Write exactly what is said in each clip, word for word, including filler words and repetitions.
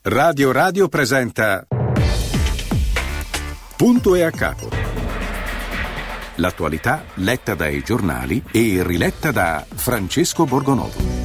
Radio Radio presenta Punto e a capo. L'attualità letta dai giornali e riletta da Francesco Borgonovo.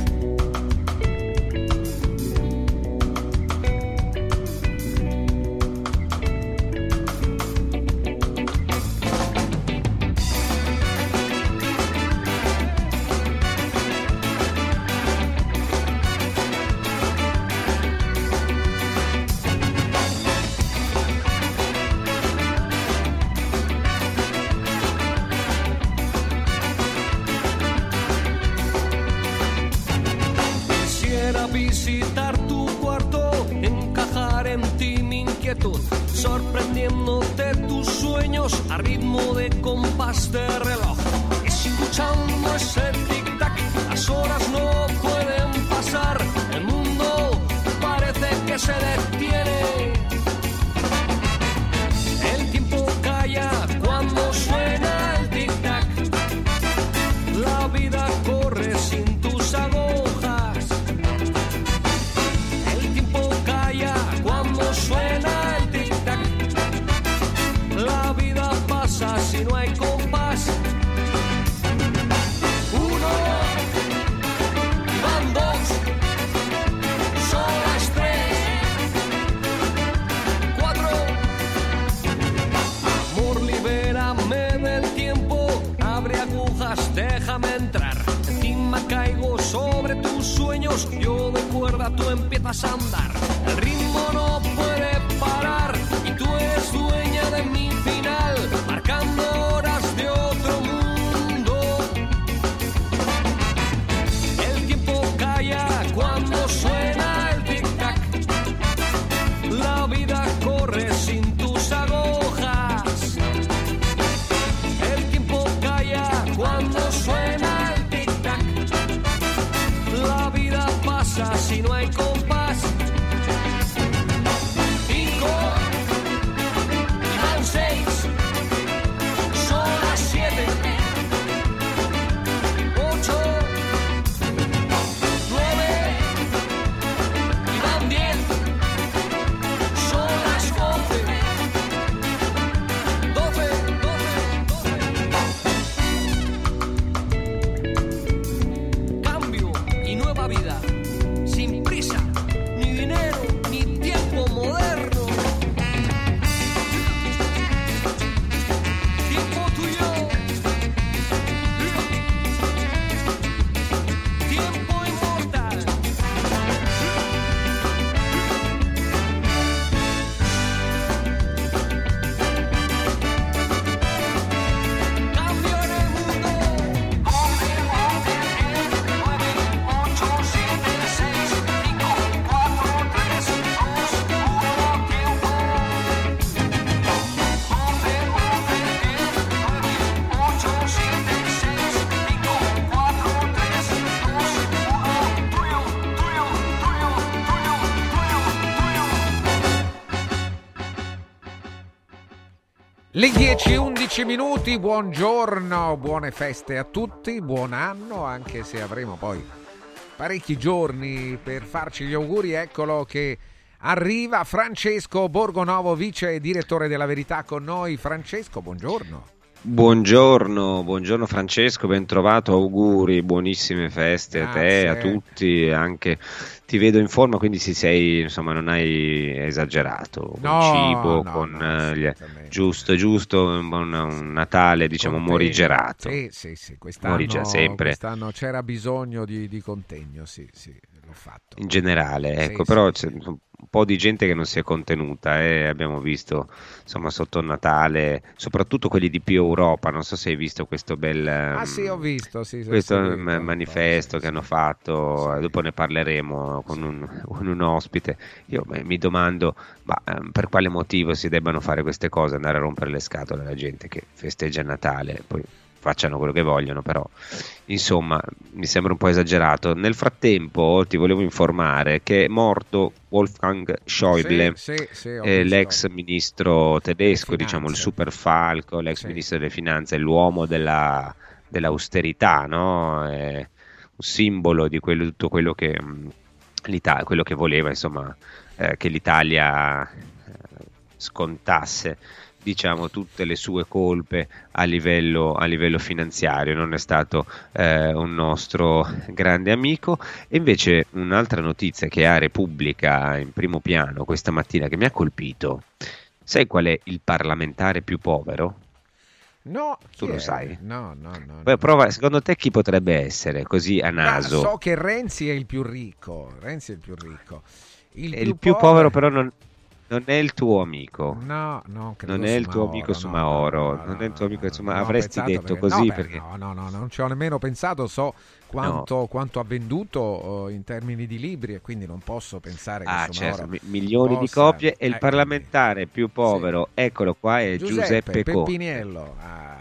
Visitar tu cuarto, encajar en ti mi inquietud, sorprendiéndote tus sueños a ritmo de compás de reloj. Escuchando ese tic-tac, las horas no pueden pasar, el mundo parece que se detiene. El tiempo calla cuando suena el tic-tac, la vida corre sin tus agotas. Suena el tic-tac, la vida pasa si no hay compás. Uno, van dos, son las tres, cuatro. Amor, libérame del tiempo, abre agujas, déjame entrar. Encima caigo sobre tus sueños, yo de cuerda, tú empiezas a andar. El ritmo no puede parar y tú eres dueña de mi final, marcando horas de otro mundo. El tiempo calla cuando suena el tic-tac, la vida corre sin tus agujas. El tiempo calla cuando suena el tic-tac, la vida pasa si no hay compás. Le dieci e undici minuti, buongiorno, buone feste a tutti, buon anno, anche se avremo poi parecchi giorni per farci gli auguri. Eccolo che arriva Francesco Borgonovo, vice direttore della Verità, con noi. Francesco, buongiorno. Buongiorno, buongiorno Francesco, ben trovato, auguri, buonissime feste. Grazie. A te, a tutti, anche ti vedo in forma, quindi si sei, insomma, non hai esagerato con no, cibo, no, con no, gli, giusto, giusto, un, un Natale diciamo contegno. Morigerato. Sì, sì, sì, quest'anno, Morige- sempre. quest'anno c'era bisogno di, di contegno, sì, sì, l'ho fatto. In generale, ecco, sì, però sì, c'è sì. un po' di gente che non si è contenuta, eh, abbiamo visto, insomma, sotto il Natale, soprattutto quelli di Più Europa, non so se hai visto questo bel Ah sì, ho visto, sì, questo ho seguito, ma- manifesto sì, che sì, hanno fatto, sì. dopo ne parleremo con un, con un ospite. Io beh, mi domando, ma ehm, per quale motivo si debbano fare queste cose, andare a rompere le scatole alla gente che festeggia il Natale, poi facciano quello che vogliono, però insomma mi sembra un po' esagerato. Nel frattempo ti volevo informare che è morto Wolfgang Schäuble, sì, sì, sì, ho eh, visto. l'ex ministro tedesco, Finanze. diciamo il superfalco, l'ex Sì. ministro delle finanze, l'uomo della, dell'austerità, no? È un simbolo di quello, tutto quello che mh, l'Italia, quello che voleva, insomma, eh, che l'Italia eh, scontasse, diciamo, tutte le sue colpe a livello, a livello finanziario. Non è stato eh, un nostro grande amico. E invece un'altra notizia che ha Repubblica in primo piano questa mattina che mi ha colpito: sai qual è il parlamentare più povero? No, tu lo è? sai? No, no, no. Poi no. prova, secondo te chi potrebbe essere, così a naso? Ma so che Renzi è il più ricco. Renzi è il più ricco. Il, il più, più povero povero però non, non è il tuo amico. No, no, credo non è il tuo Soumahoro, amico no, Soumahoro, no, no, non è il tuo amico no, Soumahoro. no, Avresti pensato detto perché- così no, beh, perché no, no, no, non ci ho nemmeno pensato. So quanto, quanto ha venduto eh, in termini di libri e quindi non posso pensare che ah Soumahoro certo, mi- milioni di possa- copie e il eh, parlamentare più povero, eccolo qua, è Giuseppe, Giuseppe Conte. Pepiniello. Ah,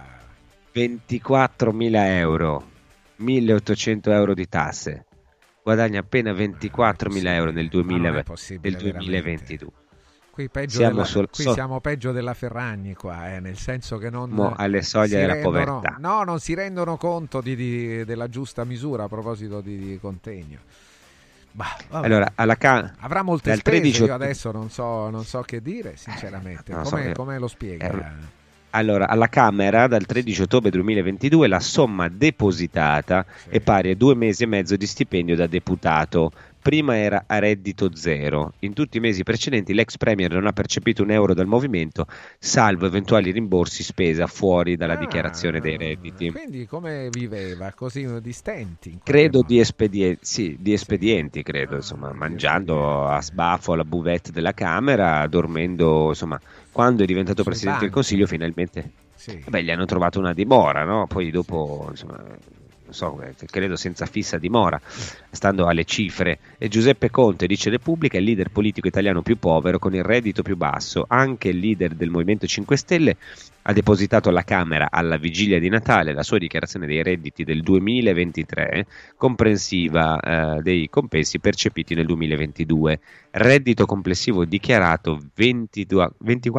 ventiquattromila euro, milleottocento euro di tasse, guadagna appena ventiquattromila euro nel, ma duemila, non è possibile, nel duemilaventidue. Qui, peggio Siamo della, sol- qui so- siamo peggio della Ferragni qua, eh, nel senso che non Mo alle soglie si della rendono- povertà. No, non si rendono conto di, di- della giusta misura a proposito di, di contegno. Bah, vabbè. Allora, alla ca- Avrà molte dal spese, tredici io adesso non so, non so che dire, sinceramente. non so Come, che- come lo spiega? eh, Allora, alla Camera dal tredici ottobre duemilaventidue la somma depositata Sì. è pari a due mesi e mezzo di stipendio da deputato. Prima era a reddito zero. In tutti i mesi precedenti l'ex premier non ha percepito un euro dal movimento, salvo eventuali rimborsi spesa fuori dalla Ah, dichiarazione dei redditi. Quindi come viveva? Così di stenti? in qualche Credo modo? di espedienti, sì, di espedienti, credo, Ah, insomma, di mangiando espedienti. a sbaffo alla buvette della Camera, dormendo, insomma, quando è diventato Sui Presidente del banchi. Consiglio finalmente, Sì. beh, gli hanno trovato una dimora, no? Poi dopo, insomma, non so, credo senza fissa dimora, stando alle cifre. E Giuseppe Conte, dice Repubblica, è il leader politico italiano più povero con il reddito più basso. Anche il leader del Movimento cinque Stelle ha depositato alla Camera alla vigilia di Natale la sua dichiarazione dei redditi del duemilaventitré, comprensiva eh, dei compensi percepiti nel duemilaventidue. Reddito complessivo dichiarato ventidue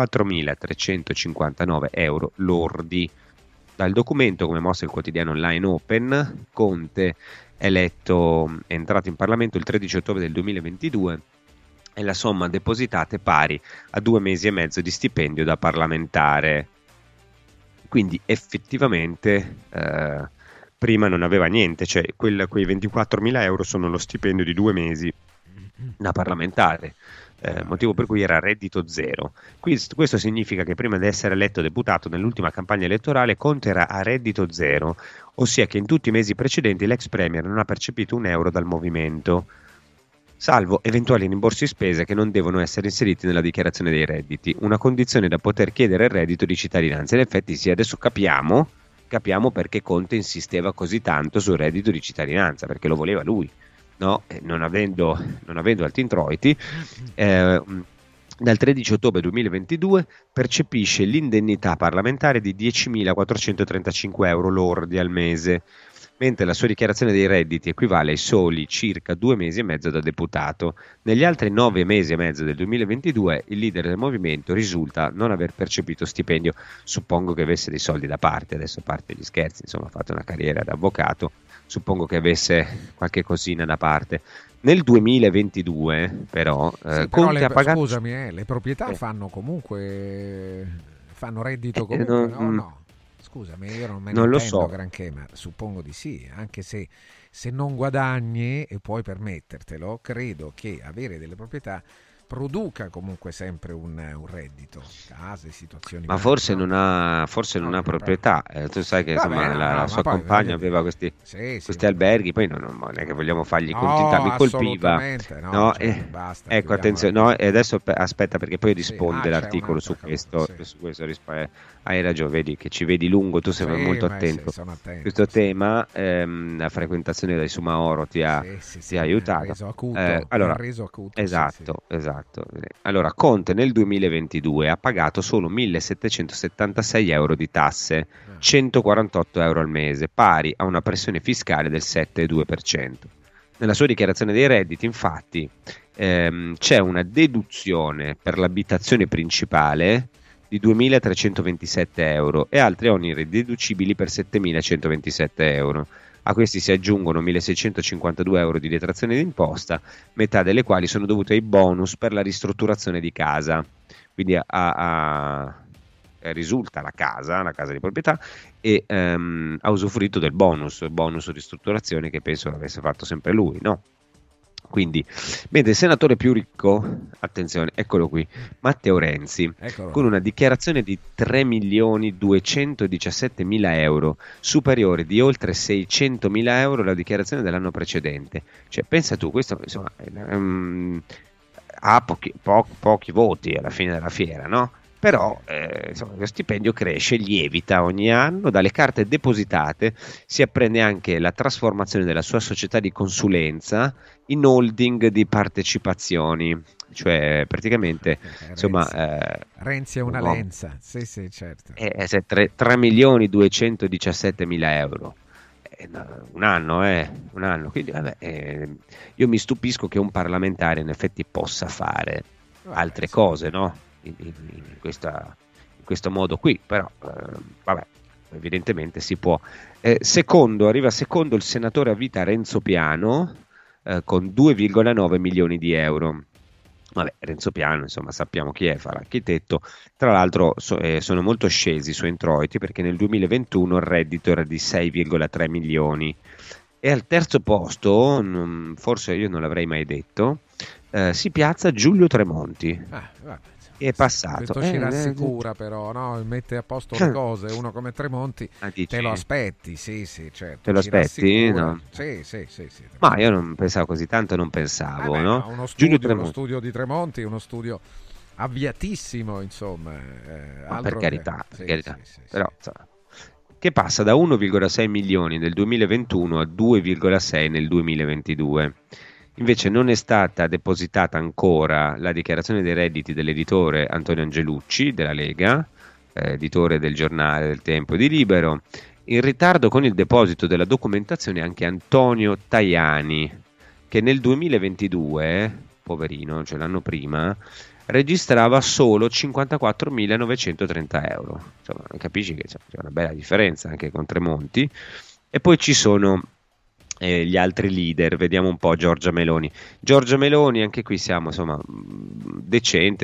ventiquattromilatrecentocinquantanove euro lordi. Dal documento, come mossa il quotidiano online Open, Conte è eletto, è entrato in Parlamento il tredici ottobre del duemilaventidue e la somma depositata è pari a due mesi e mezzo di stipendio da parlamentare. Quindi effettivamente eh, prima non aveva niente, cioè quel, quei ventiquattromila euro sono lo stipendio di due mesi da parlamentare. Eh, motivo per cui era a reddito zero. Questo, questo significa che prima di essere eletto deputato nell'ultima campagna elettorale Conte era a reddito zero, ossia che in tutti i mesi precedenti l'ex premier non ha percepito un euro dal movimento, salvo eventuali rimborsi spese che non devono essere inseriti nella dichiarazione dei redditi, una condizione da poter chiedere il reddito di cittadinanza. In effetti sì, adesso capiamo, capiamo perché Conte insisteva così tanto sul reddito di cittadinanza, perché lo voleva lui. No, non avendo, non avendo alti introiti, eh, dal tredici ottobre duemilaventidue percepisce l'indennità parlamentare di diecimilaquattrocentotrentacinque euro lordi al mese, mentre la sua dichiarazione dei redditi equivale ai soli circa due mesi e mezzo da deputato. Negli altri nove mesi e mezzo del duemilaventidue il leader del movimento risulta non aver percepito stipendio. Suppongo che avesse dei soldi da parte, adesso a parte gli scherzi, insomma ha fatto una carriera da avvocato, suppongo che avesse qualche cosina da parte. Nel duemilaventidue però, Sì, eh, però Conte le, ha pagato... scusami, eh, le proprietà Eh. fanno comunque fanno reddito Eh, comunque, non- no? No. Scusami, io non me ne Non lo intendo so. granché, ma suppongo di sì, anche se, se non guadagni e puoi permettertelo, credo che avere delle proprietà produca comunque sempre un, un reddito, case, situazioni Ma varie, forse no? non ha, forse non No, ha però- proprietà. Eh, tu sai che Vabbè, insomma, no, la, no, la ma sua poi, compagna voglio aveva dire, questi, sì, sì, questi alberghi, poi non, non è che vogliamo fargli no, continuità, mi colpiva. assolutamente, no, No, cioè, eh, basta, ecco, chiudiamola attenzione, qui. no, e adesso pe- aspetta perché poi Sì, risponde ah, c'è l'articolo su un'altra questo, cosa, sì. su questo risp- hai ragione, vedi che ci vedi lungo, tu sei Sì, molto ma attento. sì, sono attento, Questo sì. tema, ehm, la frequentazione dai Sumaoro ti ha, Sì, sì, ti sì, ha mi ha aiutato. reso acuto, Eh, mi ha allora, reso acuto, sì, esatto, esatto. Allora, Conte nel duemilaventidue ha pagato solo millesettecentosettantasei euro di tasse, Ah. centoquarantotto euro al mese, pari a una pressione fiscale del sette virgola due per cento. Nella sua dichiarazione dei redditi, infatti, ehm, c'è una deduzione per l'abitazione principale di duemilatrecentoventisette euro e altri oneri deducibili per settemilacentoventisette euro. A questi si aggiungono milleseicentocinquantadue euro di detrazione d'imposta, metà delle quali sono dovute ai bonus per la ristrutturazione di casa. Quindi a, a, risulta la casa, la casa di proprietà, e um, ha usufruito del bonus, bonus ristrutturazione che penso l'avesse fatto sempre lui, no? Quindi, mentre il senatore più ricco, attenzione, eccolo qui, Matteo Renzi, eccolo, con una dichiarazione di tre milioni duecentodiciassettemila euro, superiore di oltre seicentomila euro alla dichiarazione dell'anno precedente. Cioè, pensa tu, questo insomma, um, ha pochi, po- pochi voti alla fine della fiera, no? Però eh, insomma, lo stipendio cresce, lievita ogni anno, dalle carte depositate si apprende anche la trasformazione della sua società di consulenza in holding di partecipazioni, cioè praticamente Renzi, insomma eh, Renzi è una no, lenza, sì sì certo, è, è tre milioni duecentodiciassettemila euro. Un anno, eh, un anno. Quindi vabbè, eh, io mi stupisco che un parlamentare in effetti possa fare altre sì. cose, no? In, in, in, questa, in questo modo qui, però eh, vabbè, evidentemente si può. Eh, secondo, arriva secondo il senatore a vita Renzo Piano eh, con due virgola nove milioni di euro. Vabbè, Renzo Piano, insomma, sappiamo chi è, fa l'architetto. Tra l'altro so, eh, sono molto scesi i suoi introiti perché nel duemilaventuno il reddito era di sei virgola tre milioni. E al terzo posto, non, forse io non l'avrei mai detto, eh, si piazza Giulio Tremonti. Ah, vabbè. È passato. Questo ci eh, rassicura, eh, però, no? Mette a posto le cose. Uno come Tremonti ah, dici, te lo aspetti, sì, sì, certo. Te lo aspetti? No. Sì, sì, sì, sì. Ma io non pensavo così tanto, non pensavo, eh beh, no? Uno studio, uno studio di Tremonti, uno studio avviatissimo, insomma. Eh, per carità, che... per sì, carità. Sì, sì, però, sì. Insomma, che passa da uno virgola sei milioni nel duemilaventuno a due virgola sei nel duemilaventidue. Invece non è stata depositata ancora la dichiarazione dei redditi dell'editore Antonio Angelucci della Lega, eh, editore del giornale del Tempo di Libero. In ritardo con il deposito della documentazione anche Antonio Tajani, che nel duemilaventidue, poverino, cioè l'anno prima, registrava solo cinquantaquattromilanovecentotrenta euro. Insomma, capisci che c'è una bella differenza anche con Tremonti. E poi ci sono Eh, gli altri leader, vediamo un po'. Giorgia Meloni Giorgia Meloni, anche qui siamo insomma decente,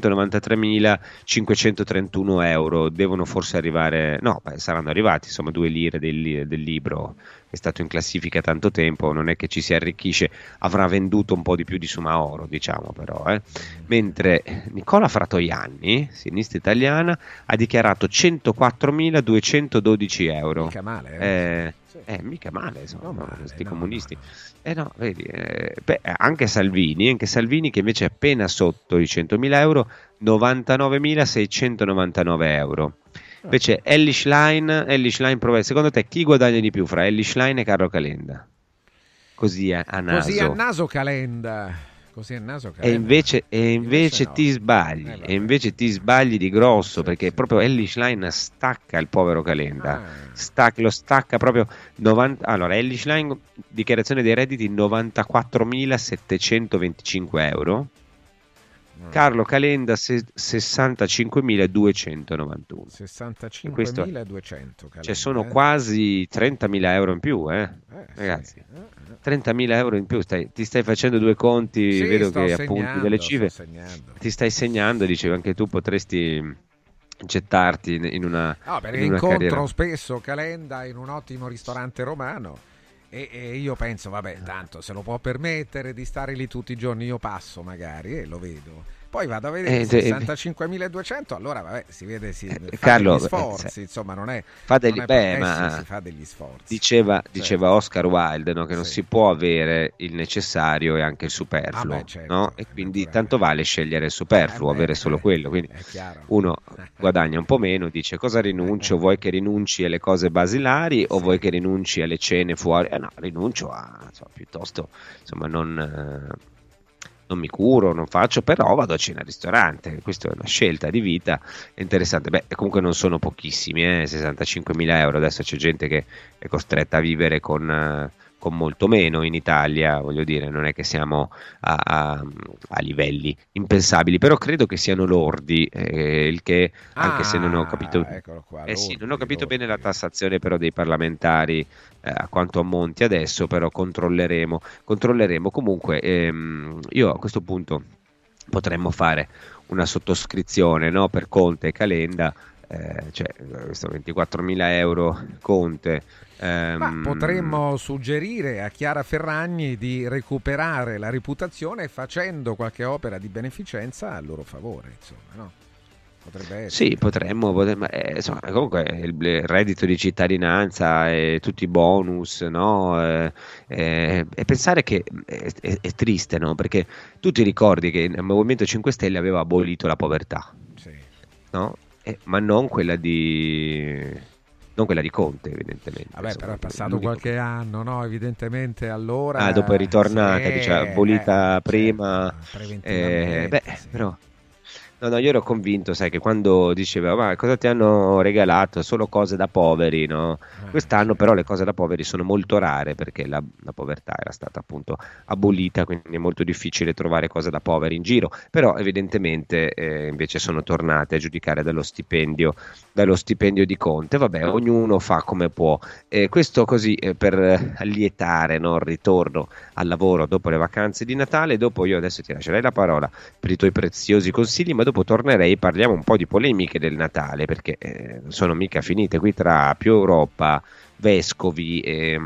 duecentonovantatremilacinquecentotrentuno euro, devono forse arrivare, no, beh, saranno arrivati insomma due lire del, del libro, è stato in classifica tanto tempo, non è che ci si arricchisce, avrà venduto un po' di più di Sumaoro, diciamo, però eh. Mentre Nicola Fratoianni, Sinistra Italiana, ha dichiarato centoquattromiladuecentododici euro. Mica male, eh? Eh, Eh, mica male, insomma, no, male, questi no, comunisti. No, no. Eh no, vedi, eh, beh, anche Salvini, anche Salvini che invece è appena sotto i centomila euro, novantanovemilaseicentonovantanove euro. Invece Elly Schlein, Elly Schlein, prova, secondo te chi guadagna di più fra Elly Schlein e Carlo Calenda? Così a, a naso. Così a naso Calenda. Così a naso Calenda. E invece, e invece, invece no. ti sbagli, eh, e invece ti sbagli di grosso, sì, perché sì. proprio Elly Schlein stacca il povero Calenda, ah. Stac, lo stacca proprio. novanta Allora, Elly Schlein, dichiarazione dei redditi novantaquattromilasettecentoventicinque euro. Carlo Calenda se- sessantacinquemiladuecentonovantuno. sessantacinquemiladuecento Calenda, cioè sono eh? quasi trentamila euro in più, eh, eh ragazzi. Sì. Eh, trentamila euro in più, stai, ti stai facendo due conti, sì, vedo che segnando, appunti delle cifre, ti stai segnando, dicevo anche tu potresti gettarti in una, no, perché in una incontro carriera. spesso Calenda in un ottimo ristorante romano e, e io penso vabbè, tanto se lo può permettere di stare lì tutti i giorni, io passo magari e lo vedo, poi vado a vedere eh, sessantacinquemiladuecento, allora vabbè, si vede, si eh, fa Carlo, degli sforzi, eh, insomma non è, fa degli, non è beh, eh, ma sì, si fa degli sforzi, diceva, certo. diceva Oscar Wilde, no, che non sì. si può avere il necessario e anche il superfluo, ah, beh, certo, no? E quindi naturale. Tanto vale scegliere il superfluo, eh, beh, avere solo eh, quello, quindi uno guadagna un po' meno, dice cosa rinuncio, vuoi che rinunci alle cose basilari o sì. vuoi che rinunci alle cene fuori? Eh no, rinuncio a, insomma, piuttosto, insomma, non... Eh, non mi curo, non faccio, però vado a cena al ristorante, questa è una scelta di vita interessante. Beh, comunque non sono pochissimi, eh, sessantacinquemila euro, adesso c'è gente che è costretta a vivere con, con molto meno in Italia, voglio dire, non è che siamo a, a, a livelli impensabili, però credo che siano lordi, eh, il che anche Ah, se non ho capito, eccolo qua, eh sì, lordi, non ho capito lordi. bene la tassazione però dei parlamentari, eh, a quanto ammonti adesso, però controlleremo, controlleremo. Comunque ehm, io a questo punto potremmo fare una sottoscrizione, no, per Conte e Calenda, eh, cioè questo ventiquattromila euro Conte. ehm, Ma potremmo suggerire a Chiara Ferragni di recuperare la reputazione facendo qualche opera di beneficenza a loro favore, insomma, no? Potrebbe essere. Sì, potremmo, potremmo eh, insomma, comunque il, il reddito di cittadinanza e tutti i bonus, no? Eh, eh, e pensare che è, è- è triste, no? Perché tu ti ricordi che il Movimento cinque Stelle aveva abolito la povertà, Sì. no? Eh, ma non quella di non quella di Conte, evidentemente. Vabbè, insomma, però è passato l'unico- qualche anno, no? Evidentemente allora... Ah, dopo è ritornata, Sì, diciamo, abolita eh, prima. certo, preventivamente, eh, beh, sì. però. No, no, io ero convinto, sai, che quando diceva, ma cosa ti hanno regalato? Solo cose da poveri, no? Eh, Quest'anno però le cose da poveri sono molto rare perché la, la povertà era stata appunto abolita, quindi è molto difficile trovare cose da poveri in giro, però evidentemente eh, invece sono tornate a giudicare dallo stipendio, dallo stipendio di Conte. Vabbè, ognuno fa come può. Eh, questo così eh, per allietare, no, il ritorno al lavoro dopo le vacanze di Natale. Dopo io adesso ti lascerei la parola per i tuoi preziosi consigli, ma dopo tornerei e parliamo un po' di polemiche del Natale, perché eh, non sono mica finite qui tra più Europa, vescovi e,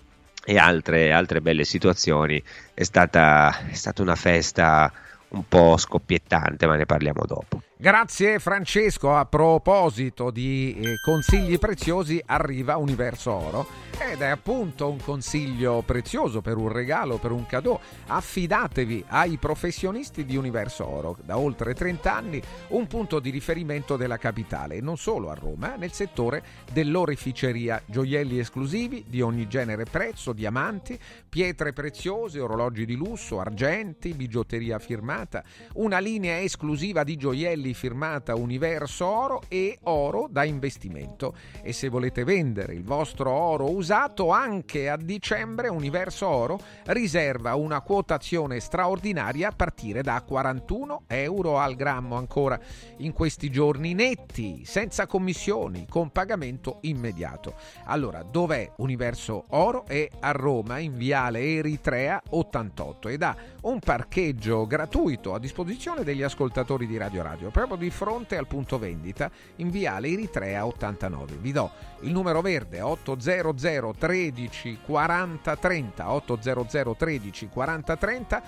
e altre, altre belle situazioni. È stata, è stata una festa un po' scoppiettante, ma ne parliamo dopo. Grazie Francesco. A proposito di eh, consigli preziosi, arriva Universo Oro ed è appunto un consiglio prezioso per un regalo, per un cadeau. Affidatevi ai professionisti di Universo Oro, da oltre trenta anni un punto di riferimento della capitale, e non solo a Roma, nel settore dell'oreficeria, gioielli esclusivi di ogni genere e prezzo, diamanti, pietre preziose, orologi di lusso, argenti, bigiotteria firmata, una linea esclusiva di gioielli firmata Universo Oro e oro da investimento. E se volete vendere il vostro oro usato, anche a dicembre Universo Oro riserva una quotazione straordinaria a partire da quarantuno euro al grammo, ancora in questi giorni netti, senza commissioni, con pagamento immediato. Allora, dov'è Universo Oro? È a Roma, in viale Eritrea ottantotto, ed ha un parcheggio gratuito a disposizione degli ascoltatori di Radio Radio, proprio di fronte al punto vendita in viale Eritrea ottantanove. Vi do il numero verde otto zero zero tredici quaranta trenta, otto zero zero tredici quaranta trenta.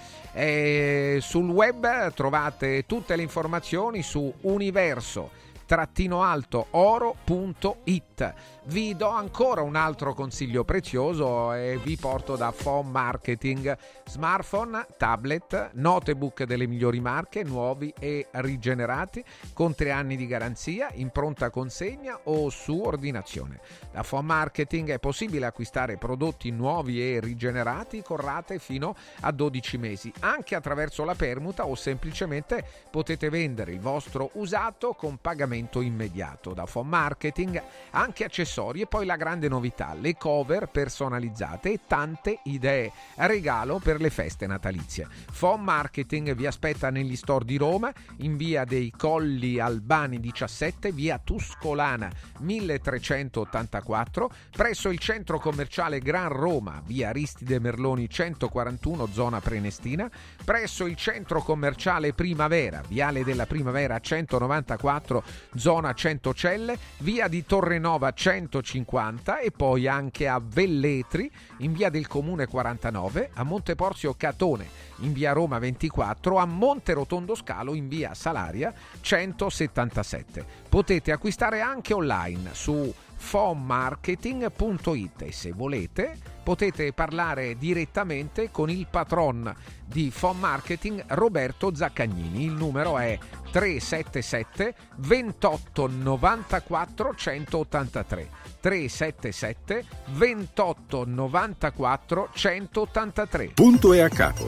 E sul web trovate tutte le informazioni su universo trattino alto oro punto it. Vi do ancora un altro consiglio prezioso e vi porto da Phone Marketing. Smartphone, tablet, notebook delle migliori marche, nuovi e rigenerati, con tre anni di garanzia, in pronta consegna o su ordinazione. Da Phone Marketing è possibile acquistare prodotti nuovi e rigenerati con rate fino a dodici mesi, anche attraverso la permuta, o semplicemente potete vendere il vostro usato con pagamento immediato. Da Phone Marketing anche accessori, e poi la grande novità, le cover personalizzate e tante idee a regalo per le feste natalizie. Phone Marketing vi aspetta negli store di Roma, in via dei Colli Albani diciassette, via Tuscolana milletrecentottantaquattro, presso il centro commerciale Gran Roma, via Aristide Merloni centoquarantuno, zona Prenestina, presso il centro commerciale Primavera, viale della Primavera centonovantaquattro, zona Centocelle, via di Torrenova centocinquanta, e poi anche a Velletri in via del Comune quarantanove, a Monteporzio Catone in via Roma ventiquattro, a Monterotondo Scalo in via Salaria centosettantasette. Potete acquistare anche online su phone marketing punto it e se volete potete parlare direttamente con il patron di Phone Marketing, Roberto Zaccagnini. Il numero è tre sette sette ventotto novantaquattro centottantatré, tre sette sette ventotto novantaquattro centottantatré. Punto e a capo.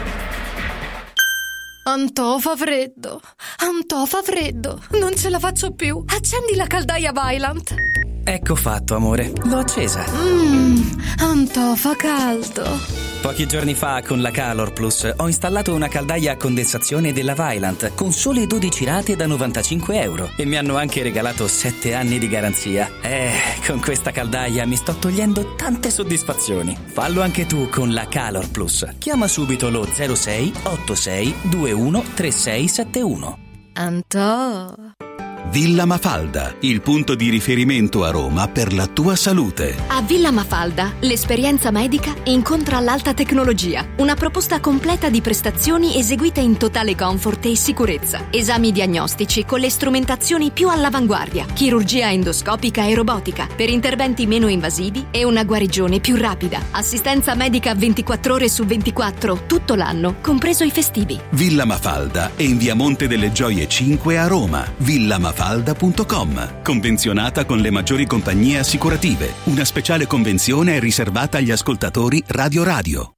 Antò fa freddo, Antò fa freddo, non ce la faccio più. Accendi la caldaia Vaillant. Ecco fatto, amore. L'ho accesa. Mmm, Antò, fa caldo. Pochi giorni fa con la Calor Plus ho installato una caldaia a condensazione della Vaillant con sole dodici rate da novantacinque euro e mi hanno anche regalato sette anni di garanzia. Eh, con questa caldaia mi sto togliendo tante soddisfazioni. Fallo anche tu con la Calor Plus. Chiama subito lo zero sei otto sei due uno tre sei sette uno. Antò. Villa Mafalda, il punto di riferimento a Roma per la tua salute. A Villa Mafalda, l'esperienza medica incontra l'alta tecnologia. Una proposta completa di prestazioni eseguite in totale comfort e sicurezza. Esami diagnostici con le strumentazioni più all'avanguardia. Chirurgia endoscopica e robotica per interventi meno invasivi e una guarigione più rapida. Assistenza medica ventiquattro ore su ventiquattro, tutto l'anno, compreso i festivi. Villa Mafalda è in via Monte delle Gioie cinque a Roma. Villa Mafalda punto com. Convenzionata con le maggiori compagnie assicurative. Una speciale convenzione è riservata agli ascoltatori Radio Radio.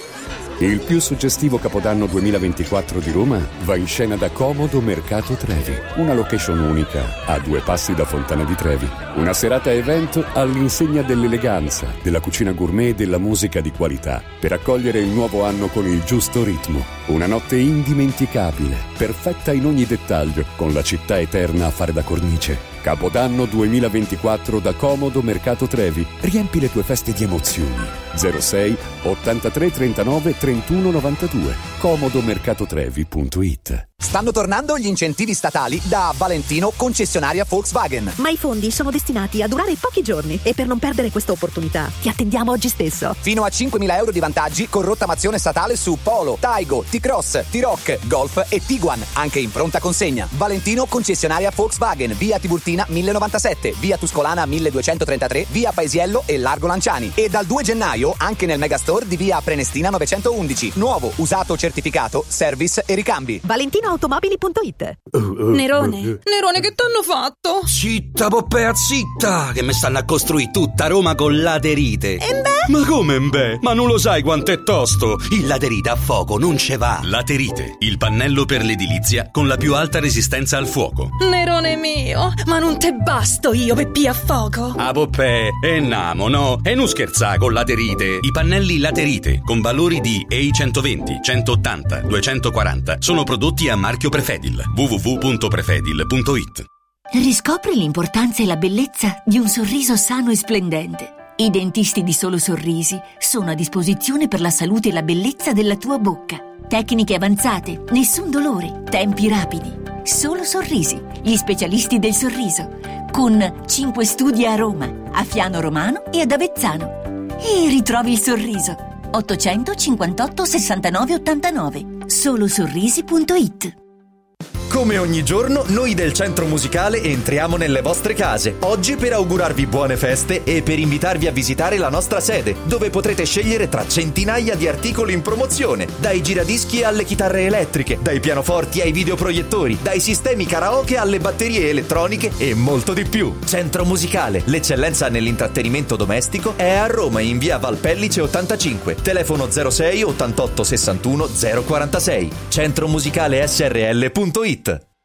Il più suggestivo Capodanno duemilaventiquattro di Roma va in scena da Comodo Mercato Trevi, una location unica a due passi da Fontana di Trevi. Una serata evento all'insegna dell'eleganza, della cucina gourmet e della musica di qualità, per accogliere il nuovo anno con il giusto ritmo. Una notte indimenticabile, perfetta in ogni dettaglio, con la città eterna a fare da cornice. Capodanno duemilaventiquattro da Comodo Mercato Trevi. Riempi le tue feste di emozioni. zero sei ottantatré trentanove trentuno novantadue. comodomercatotrevi punto it. Stanno tornando gli incentivi statali da Valentino concessionaria Volkswagen. Ma i fondi sono destinati a durare pochi giorni e per non perdere questa opportunità ti attendiamo oggi stesso. Fino a cinquemila euro di vantaggi con rottamazione statale su Polo, Taigo, T-Cross, T-Roc, Golf e Tiguan, anche in pronta consegna. Valentino concessionaria Volkswagen, via Tiburtina mille novantasette, via Tuscolana milleduecentotrentatré, via Paesiello e Largo Lanciani. E dal due gennaio anche nel megastore di via Prenestina novecentoundici. Nuovo, usato, certificato, service e ricambi. Valentino automobili punto it. Nerone, Nerone, che t'hanno fatto? Zitta, Poppea, zitta, che mi stanno a costruire tutta Roma con laterite. E beh? Ma come beh? Ma non lo sai quanto è tosto? Il laterite a fuoco non ce va. Laterite, il pannello per l'edilizia con la più alta resistenza al fuoco. Nerone mio, ma non te basto io per pia a fuoco. Ah, Poppè, e namo, no? E non scherzà con laterite. I pannelli laterite con valori di E I centoventi, centottanta, duecentoquaranta sono prodotti a marchio Prefedil. w w w punto prefedil punto it. Riscopri l'importanza e la bellezza di un sorriso sano e splendente. I dentisti di Solo Sorrisi sono a disposizione per la salute e la bellezza della tua bocca. Tecniche avanzate, nessun dolore, tempi rapidi. Solo Sorrisi, gli specialisti del sorriso, con cinque studi a Roma, a Fiano Romano e ad Avezzano. E ritrovi il sorriso. ottocentocinquantotto sessantanove ottantanove. solo sorrisi punto it. Come ogni giorno, noi del Centro Musicale entriamo nelle vostre case. Oggi per augurarvi buone feste e per invitarvi a visitare la nostra sede, dove potrete scegliere tra centinaia di articoli in promozione, dai giradischi alle chitarre elettriche, dai pianoforti ai videoproiettori, dai sistemi karaoke alle batterie elettroniche e molto di più. Centro Musicale, l'eccellenza nell'intrattenimento domestico, è a Roma in via Valpellice ottantacinque, telefono zero sei ottantotto sessantuno zero quarantasei, centromusicale S R L punto it.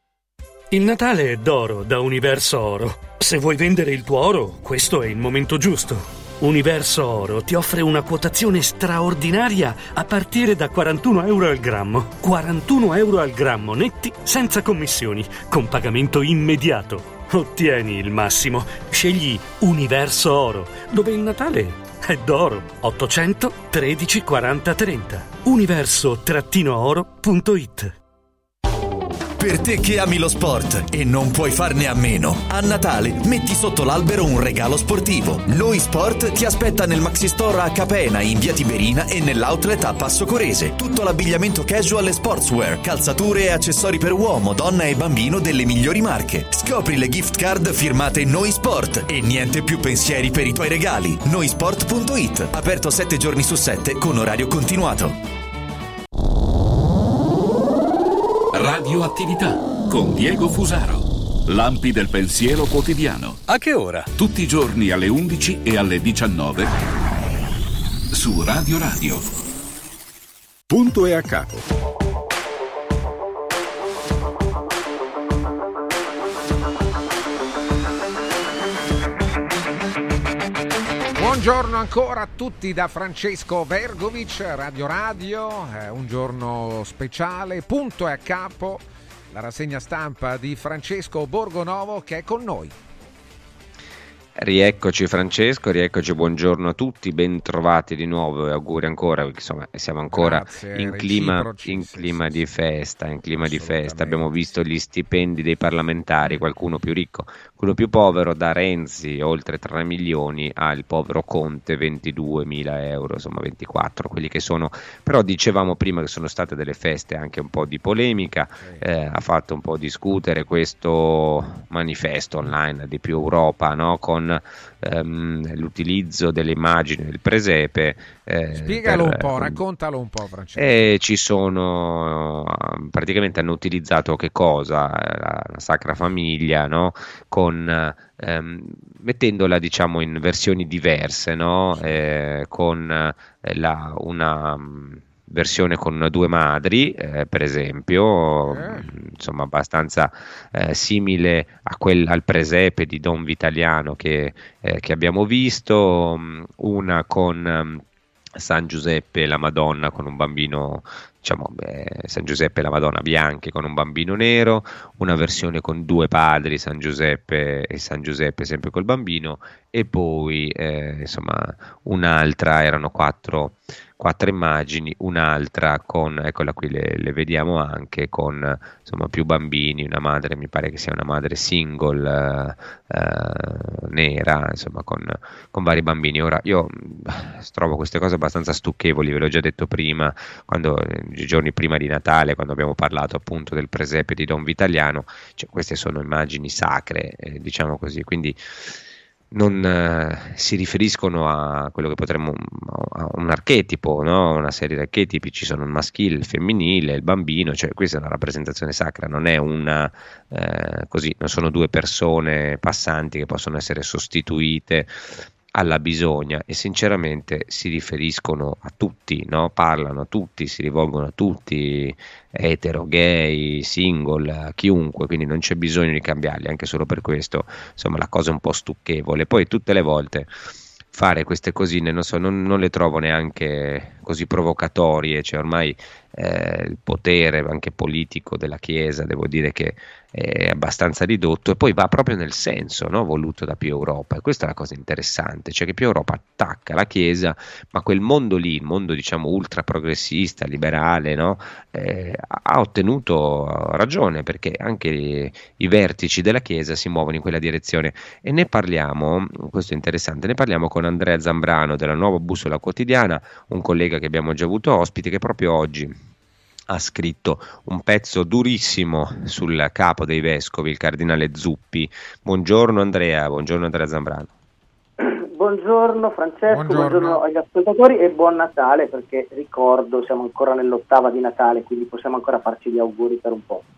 Il Natale è d'oro da Universo Oro. Se vuoi vendere il tuo oro, questo è il momento giusto. Universo Oro ti offre una quotazione straordinaria a partire da quarantuno euro al grammo. quarantuno euro al grammo netti, senza commissioni, con pagamento immediato. Ottieni il massimo. Scegli Universo Oro, dove il Natale è d'oro. ottocento tredici quaranta trenta. universo oro punto it. Per te che ami lo sport e non puoi farne a meno, a Natale metti sotto l'albero un regalo sportivo. Noi Sport ti aspetta nel Maxi Store a Capena in via Tiberina e nell'outlet a Passo Corese. Tutto l'abbigliamento casual e sportswear, calzature e accessori per uomo, donna e bambino delle migliori marche. Scopri le gift card firmate Noi Sport e niente più pensieri per i tuoi regali. noi sport punto it, aperto sette giorni su sette con orario continuato. Radioattività con Diego Fusaro. Lampi del pensiero quotidiano. A che ora? Tutti i giorni alle undici e alle diciannove su Radio Radio. Punto e a capo. Buongiorno ancora a tutti da Francesco Vergovic, Radio Radio, eh, un giorno speciale, punto e a capo, la rassegna stampa di Francesco Borgonovo che è con noi. Rieccoci Francesco, rieccoci, buongiorno a tutti, ben trovati di nuovo e auguri ancora, perché insomma siamo ancora Grazie, in, clima, in clima di festa, in clima di festa. Abbiamo visto gli stipendi dei parlamentari, qualcuno più ricco, quello più povero, da Renzi oltre tre milioni al povero Conte ventiduemila euro, insomma ventiquattro, quelli che sono, però dicevamo prima che sono state delle feste anche un po' di polemica, eh, ha fatto un po' discutere questo manifesto online di Più Europa, no? Con ehm, l'utilizzo delle immagini del presepe. Eh, Spiegalo per, un po', raccontalo un po', Francesco. E ci sono, praticamente hanno utilizzato che cosa? La, la Sacra Famiglia, no? Con ehm, mettendola diciamo in versioni diverse, no? Eh, con eh, la, una versione con due madri, eh, per esempio, eh. insomma abbastanza eh, simile a quel, al presepe di Don Vitaliano che, eh, che abbiamo visto, una con um, San Giuseppe e la Madonna con un bambino, diciamo eh, San Giuseppe e la Madonna bianchi con un bambino nero, una versione con due padri, San Giuseppe e San Giuseppe sempre col bambino, e poi eh, insomma un'altra, erano quattro quattro immagini, un'altra con, eccola qui, le, le vediamo anche con insomma più bambini, una madre, mi pare che sia una madre single eh, eh, nera, insomma con, con vari bambini. Ora io trovo queste cose abbastanza stucchevoli, ve l'ho già detto prima, quando i giorni prima di Natale, quando abbiamo parlato appunto del presepe di Don Vitaliano, cioè, queste sono immagini sacre, eh, diciamo così, quindi non eh, si riferiscono a quello che potremmo, a un archetipo, no? Una serie di archetipi, ci sono il maschile, il femminile, il bambino, cioè questa è una rappresentazione sacra, non è una eh, così, non sono due persone passanti che possono essere sostituite alla bisogna, e sinceramente si riferiscono a tutti, no? Parlano a tutti, si rivolgono a tutti, etero, gay, single, a chiunque, quindi non c'è bisogno di cambiarli, anche solo per questo insomma la cosa è un po' stucchevole. Poi tutte le volte fare queste cosine non, so, non, non le trovo neanche così provocatorie, cioè ormai eh, il potere anche politico della Chiesa devo dire che è abbastanza ridotto, e poi va proprio nel senso, no, voluto da Più Europa, e questa è la cosa interessante, cioè che Più Europa attacca la Chiesa, ma quel mondo lì, il mondo diciamo ultra progressista, liberale, no, eh, ha ottenuto ragione, perché anche i, i vertici della Chiesa si muovono in quella direzione, e ne parliamo, questo è interessante, ne parliamo con Andrea Zambrano della Nuova Bussola Quotidiana, un collega che abbiamo già avuto ospite, che proprio oggi ha scritto un pezzo durissimo sul capo dei vescovi, il cardinale Zuppi. Buongiorno Andrea, buongiorno Andrea Zambrano. Buongiorno Francesco, buongiorno. buongiorno agli ascoltatori e buon Natale, perché ricordo siamo ancora nell'ottava di Natale, quindi possiamo ancora farci gli auguri per un po'.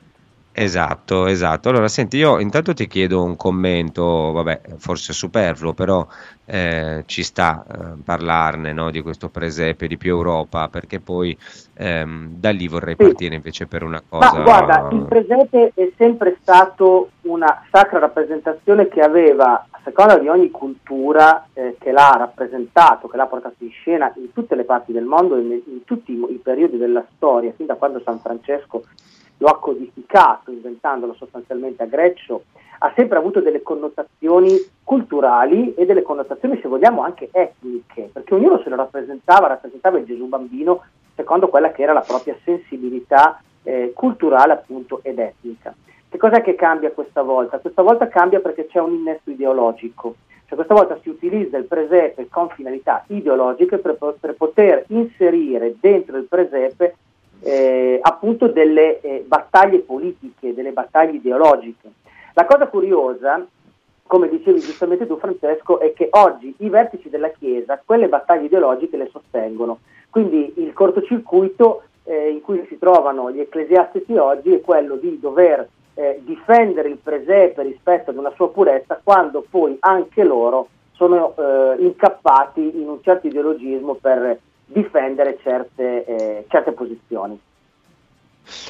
Esatto, esatto. Allora, senti, io intanto ti chiedo un commento, vabbè, forse superfluo, però eh, ci sta eh, parlarne, no, di questo presepe di Più Europa, perché poi ehm, da lì vorrei sì. partire invece per una cosa. Ma guarda, il presepe è sempre stato una sacra rappresentazione che aveva, a seconda di ogni cultura eh, che l'ha rappresentato, che l'ha portato in scena in tutte le parti del mondo, in, in tutti i, i periodi della storia, fin da quando San Francesco lo ha codificato, inventandolo sostanzialmente a Greccio, ha sempre avuto delle connotazioni culturali e delle connotazioni, se vogliamo, anche etniche, perché ognuno se lo rappresentava, rappresentava il Gesù bambino secondo quella che era la propria sensibilità eh, culturale appunto ed etnica. Che cos'è che cambia questa volta? Questa volta cambia perché c'è un innesto ideologico, cioè questa volta si utilizza il presepe con finalità ideologiche per, per poter inserire dentro il presepe Eh, appunto delle eh, battaglie politiche, delle battaglie ideologiche. La cosa curiosa, come dicevi giustamente tu Francesco, è che oggi i vertici della Chiesa quelle battaglie ideologiche le sostengono, quindi il cortocircuito eh, in cui si trovano gli ecclesiastici oggi è quello di dover eh, difendere il presepe rispetto ad una sua purezza, quando poi anche loro sono eh, incappati in un certo ideologismo per difendere certe, eh, certe posizioni.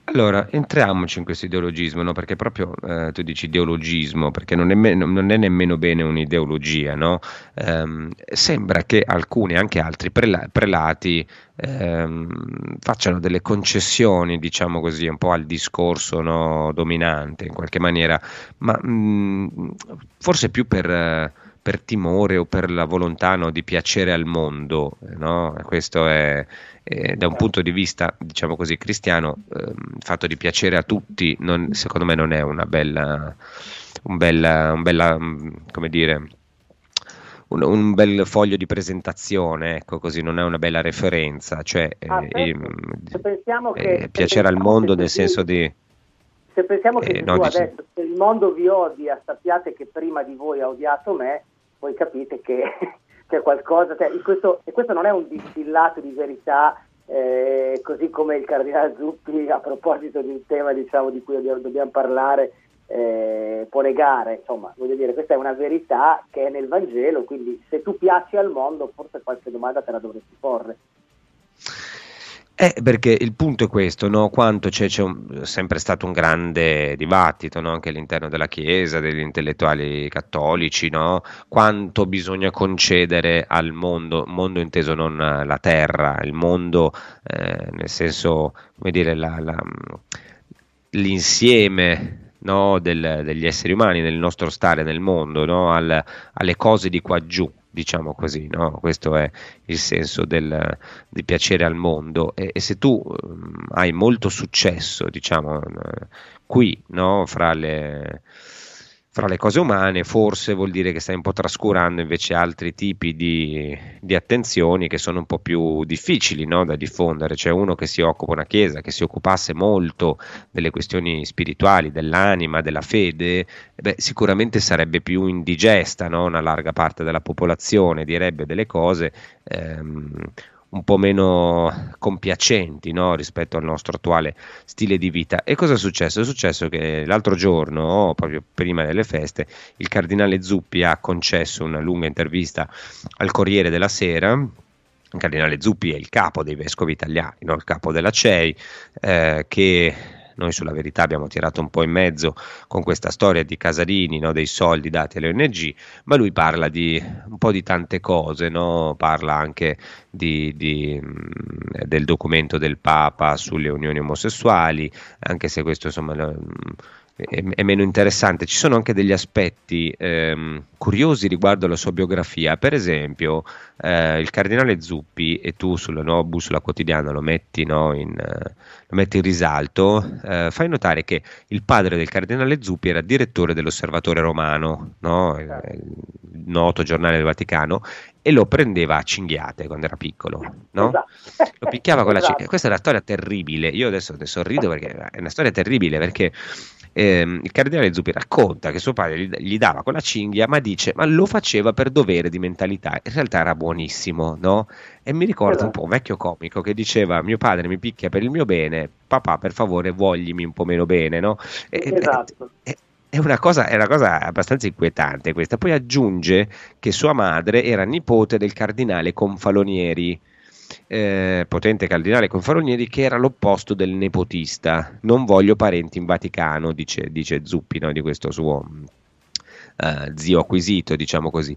Allora, entriamoci in questo ideologismo, no? Perché proprio eh, tu dici ideologismo, perché non è, me- non è nemmeno bene un'ideologia, no? Ehm, sembra che alcuni, anche altri prela- prelati, ehm, facciano delle concessioni, diciamo così, un po' al discorso, no, dominante in qualche maniera, ma mh, forse più per... eh, per timore o per la volontà, no, di piacere al mondo, no? Questo è, è da un punto di vista, diciamo così, cristiano, eh, il fatto di piacere a tutti, non, secondo me non è una bella, un bella, un bella, come dire, un, un bel foglio di presentazione, ecco, così, non è una bella referenza, cioè Ah, eh, certo. Se pensiamo che, eh, se piacere al pensiamo mondo che nel tu- senso di... Se pensiamo che Eh, se no, tu dici- adesso, se il mondo vi odia, sappiate che prima di voi ha odiato me, voi capite che c'è qualcosa, cioè, in questo, e questo non è un distillato di verità, eh, così come il cardinale Zuppi, a proposito di un tema, diciamo, di cui dobbiamo, dobbiamo parlare, eh, può negare. Insomma, voglio dire, questa è una verità che è nel Vangelo, quindi se tu piaci al mondo, forse qualche domanda te la dovresti porre. Eh, perché il punto è questo, no? Quanto c'è, c'è un- sempre stato un grande dibattito, no? Anche all'interno della Chiesa, degli intellettuali cattolici, no? Quanto bisogna concedere al mondo, mondo inteso non la terra, il mondo eh, nel senso, come dire, la- la- l'insieme, no? del- degli esseri umani, del nostro stare nel mondo, no? Al- alle cose di qua giù. Diciamo così, no? Questo è il senso del, di piacere al mondo e, e se tu ehm, hai molto successo, diciamo, eh, qui, no? Fra le, fra le cose umane, forse vuol dire che stai un po' trascurando invece altri tipi di, di attenzioni che sono un po' più difficili, no? Da diffondere. C'è uno che si occupa, una chiesa che si occupasse molto delle questioni spirituali, dell'anima, della fede, beh, sicuramente sarebbe più indigesta, no? Una larga parte della popolazione direbbe delle cose ehm, un po' meno compiacenti, no? Rispetto al nostro attuale stile di vita. E cosa è successo? È successo che l'altro giorno, proprio prima delle feste, il cardinale Zuppi ha concesso una lunga intervista al Corriere della Sera. Il cardinale Zuppi è il capo dei vescovi italiani, no? Il capo della C E I, eh, che noi sulla Verità abbiamo tirato un po' in mezzo con questa storia di Casarini, no? Dei soldi dati alle O N G, ma lui parla di un po' di tante cose, no? Parla anche di, di, mh, del documento del Papa sulle unioni omosessuali, anche se questo insomma lo- è, è meno interessante. Ci sono anche degli aspetti ehm, curiosi riguardo alla sua biografia. Per esempio, eh, il cardinale Zuppi, e tu sulla nuova bussola quotidiana lo metti, no, in, eh, lo metti in risalto, eh, fai notare che il padre del cardinale Zuppi era direttore dell'Osservatore Romano, no, il, il noto giornale del Vaticano, e lo prendeva a cinghiate quando era piccolo, no? Esatto. Lo picchiava con la Esatto. cinghiata. Questa è una storia terribile. Io adesso adesso sorrido perché è una storia terribile, perché ehm, il cardinale Zuppi racconta che suo padre gli, gli dava con la cinghia, ma dice ma lo faceva per dovere di mentalità. In realtà era buonissimo, no? E mi ricorda un po' un vecchio comico che diceva mio padre mi picchia per il mio bene, papà per favore voglimi un po' meno bene, no? E, Esatto. e- è una cosa, è una cosa abbastanza inquietante questa. Poi aggiunge che sua madre era nipote del cardinale Confalonieri, eh, potente cardinale Confalonieri, che era l'opposto del nepotista. Non voglio parenti in Vaticano, dice, dice Zuppi, no, di questo suo eh, zio acquisito, diciamo così.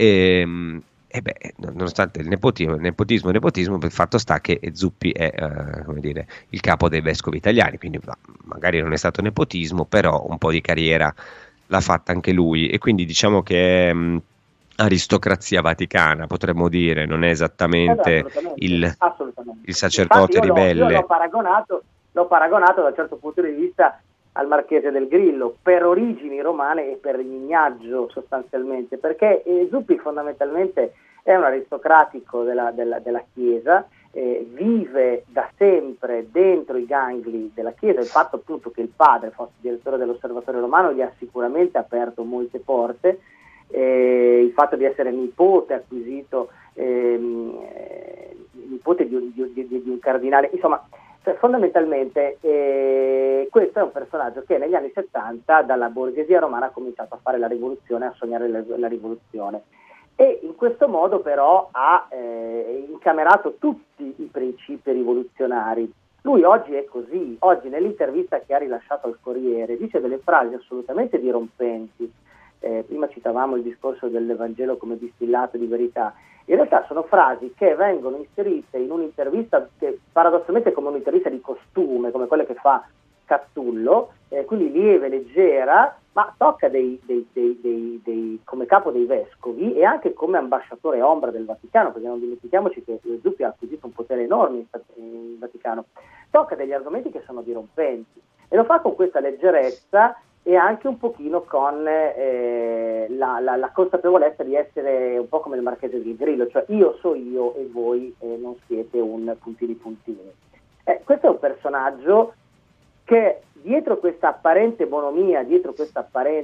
E, e beh, nonostante il nepotismo, nepotismo, nepotismo, il fatto sta che Zuppi è eh, come dire, il capo dei vescovi italiani, quindi ma, magari non è stato nepotismo, però un po' di carriera l'ha fatta anche lui, e quindi diciamo che è mh, aristocrazia vaticana, potremmo dire, non è esattamente Eh beh, assolutamente, il, assolutamente. il sacerdote Infatti io l'ho- ribelle. Io l'ho paragonato, l'ho paragonato da un certo punto di vista al Marchese del Grillo, per origini romane e per lignaggio sostanzialmente, perché eh, Zuppi fondamentalmente è un aristocratico della, della, della Chiesa, eh, vive da sempre dentro i gangli della Chiesa. Il fatto appunto che il padre fosse direttore dell'Osservatorio Romano gli ha sicuramente aperto molte porte, eh, il fatto di essere nipote acquisito, ehm, eh, nipote di un, di, di, di un cardinale, insomma, cioè, fondamentalmente eh, questo è un personaggio che negli anni settanta dalla borghesia romana ha cominciato a fare la rivoluzione, a sognare la, la rivoluzione, e in questo modo però ha eh, incamerato tutti i principi rivoluzionari, Lui oggi è così, oggi nell'intervista che ha rilasciato al Corriere dice delle frasi assolutamente dirompenti. Eh, prima citavamo il discorso del Vangelo come distillato di verità. In realtà sono frasi che vengono inserite in un'intervista che paradossalmente è come un'intervista di costume, come quelle che fa Cattullo, eh, quindi lieve, leggera, ma tocca dei, dei, dei, dei, dei, come capo dei vescovi e anche come ambasciatore ombra del Vaticano, perché non dimentichiamoci che Zuppi ha acquisito un potere enorme in Vaticano. Tocca degli argomenti che sono dirompenti e lo fa con questa leggerezza e anche un pochino con eh, la, la, la consapevolezza di essere un po' come il Marchese del Grillo, cioè io so io e voi eh, non siete un puntini puntini. Eh, questo è un personaggio che dietro questa apparente bonomia, dietro questa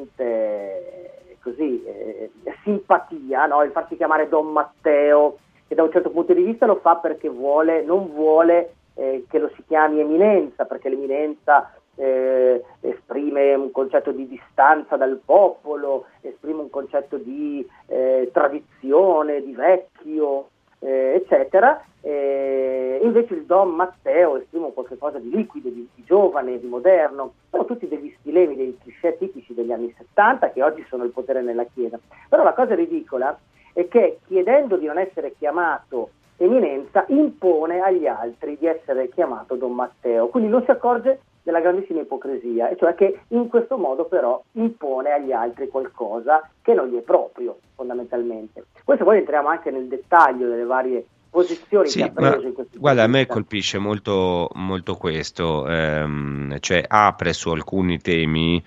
apparente così eh, simpatia, no? Il farsi chiamare Don Matteo, che da un certo punto di vista lo fa perché vuole, non vuole eh, che lo si chiami eminenza, perché l'eminenza Eh, esprime un concetto di distanza dal popolo, esprime un concetto di eh, tradizione, di vecchio, eh, eccetera. Eh, invece il Don Matteo esprime qualcosa di liquido, di, di giovane, di moderno. Sono tutti degli stilemi, dei cliché tipici degli anni settanta che oggi sono il potere nella Chiesa. Però la cosa ridicola è che, chiedendo di non essere chiamato eminenza, impone agli altri di essere chiamato Don Matteo. Quindi non si accorge della grandissima ipocrisia, e cioè che in questo modo però impone agli altri qualcosa che non gli è proprio, fondamentalmente. Poi se poi entriamo anche nel dettaglio delle varie posizioni sì, che ha preso ma, in questo guarda, a me colpisce molto, molto questo, ehm, cioè apre su alcuni temi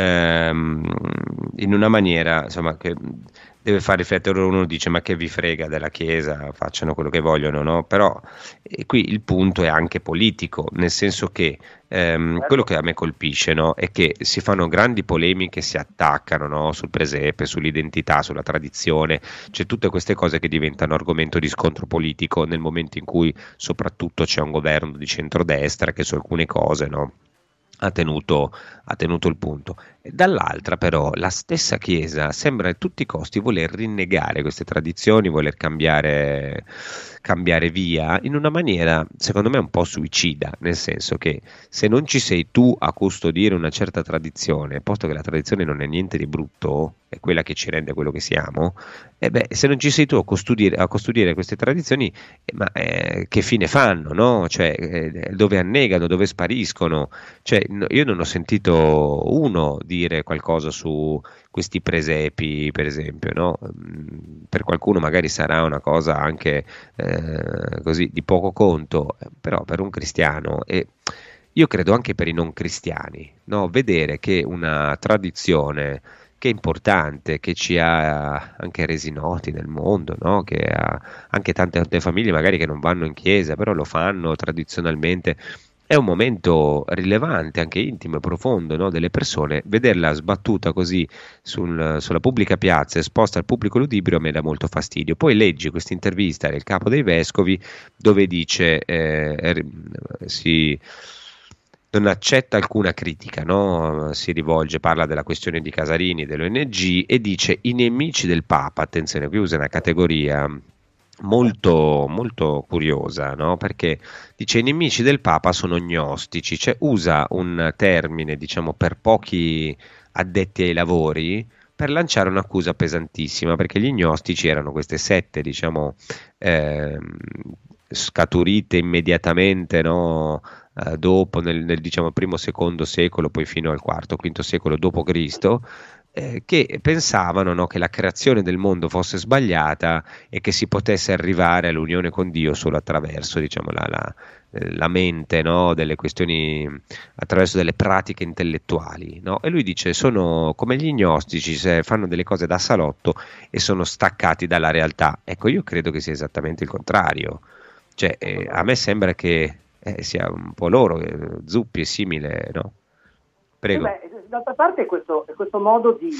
ehm, in una maniera, insomma, che deve far riflettere. Uno dice ma che vi frega della Chiesa, facciano quello che vogliono, no? Però eh, qui il punto è anche politico, nel senso che ehm, quello che a me colpisce, no, è che si fanno grandi polemiche, si attaccano, no, sul presepe, sull'identità, sulla tradizione, c'è tutte queste cose che diventano argomento di scontro politico nel momento in cui soprattutto c'è un governo di centrodestra che su alcune cose, no, ha tenuto, ha tenuto il punto. E dall'altra però la stessa Chiesa sembra a tutti i costi voler rinnegare queste tradizioni, voler cambiare, cambiare via in una maniera secondo me un po' suicida, nel senso che se non ci sei tu a custodire una certa tradizione, posto che la tradizione non è niente di brutto, è quella che ci rende quello che siamo, e beh, se non ci sei tu a custodire, a custodire queste tradizioni, eh, ma eh, che fine fanno, no? Cioè, eh, dove annegano, dove spariscono? Cioè, no, io non ho sentito uno dire qualcosa su questi presepi, per esempio, no? Per qualcuno magari sarà una cosa anche eh, così di poco conto, però per un cristiano e io credo anche per i non cristiani, no? Vedere che una tradizione che è importante, che ci ha anche resi noti nel mondo, no? Che ha anche tante altre famiglie magari che non vanno in chiesa, però lo fanno tradizionalmente. È un momento rilevante, anche intimo e profondo, no? Delle persone, vederla sbattuta così sul, sulla pubblica piazza, esposta al pubblico ludibrio, a me dà molto fastidio. Poi leggi questa intervista del capo dei vescovi dove dice eh, si... non accetta alcuna critica, no? Si rivolge, parla della questione di Casarini, dell'O N G e dice i nemici del Papa, attenzione, qui usa una categoria molto, molto curiosa, no? Perché dice i nemici del Papa sono gnostici, cioè usa un termine diciamo per pochi addetti ai lavori per lanciare un'accusa pesantissima, perché gli gnostici erano queste sette diciamo eh, scaturite immediatamente, no? Uh, dopo nel, nel diciamo primo secondo secolo, poi fino al quarto quinto secolo dopo Cristo, eh, che pensavano, no, che la creazione del mondo fosse sbagliata e che si potesse arrivare all'unione con Dio solo attraverso diciamo la, la, la mente, no, delle questioni, attraverso delle pratiche intellettuali, no? E lui dice sono come gli gnostici, se fanno delle cose da salotto e sono staccati dalla realtà. Ecco, io credo che sia esattamente il contrario, cioè eh, a me sembra che Eh, sia un po' loro, eh, Zuppi è simile, no? Prego. Eh beh, d'altra parte è questo, è questo modo di,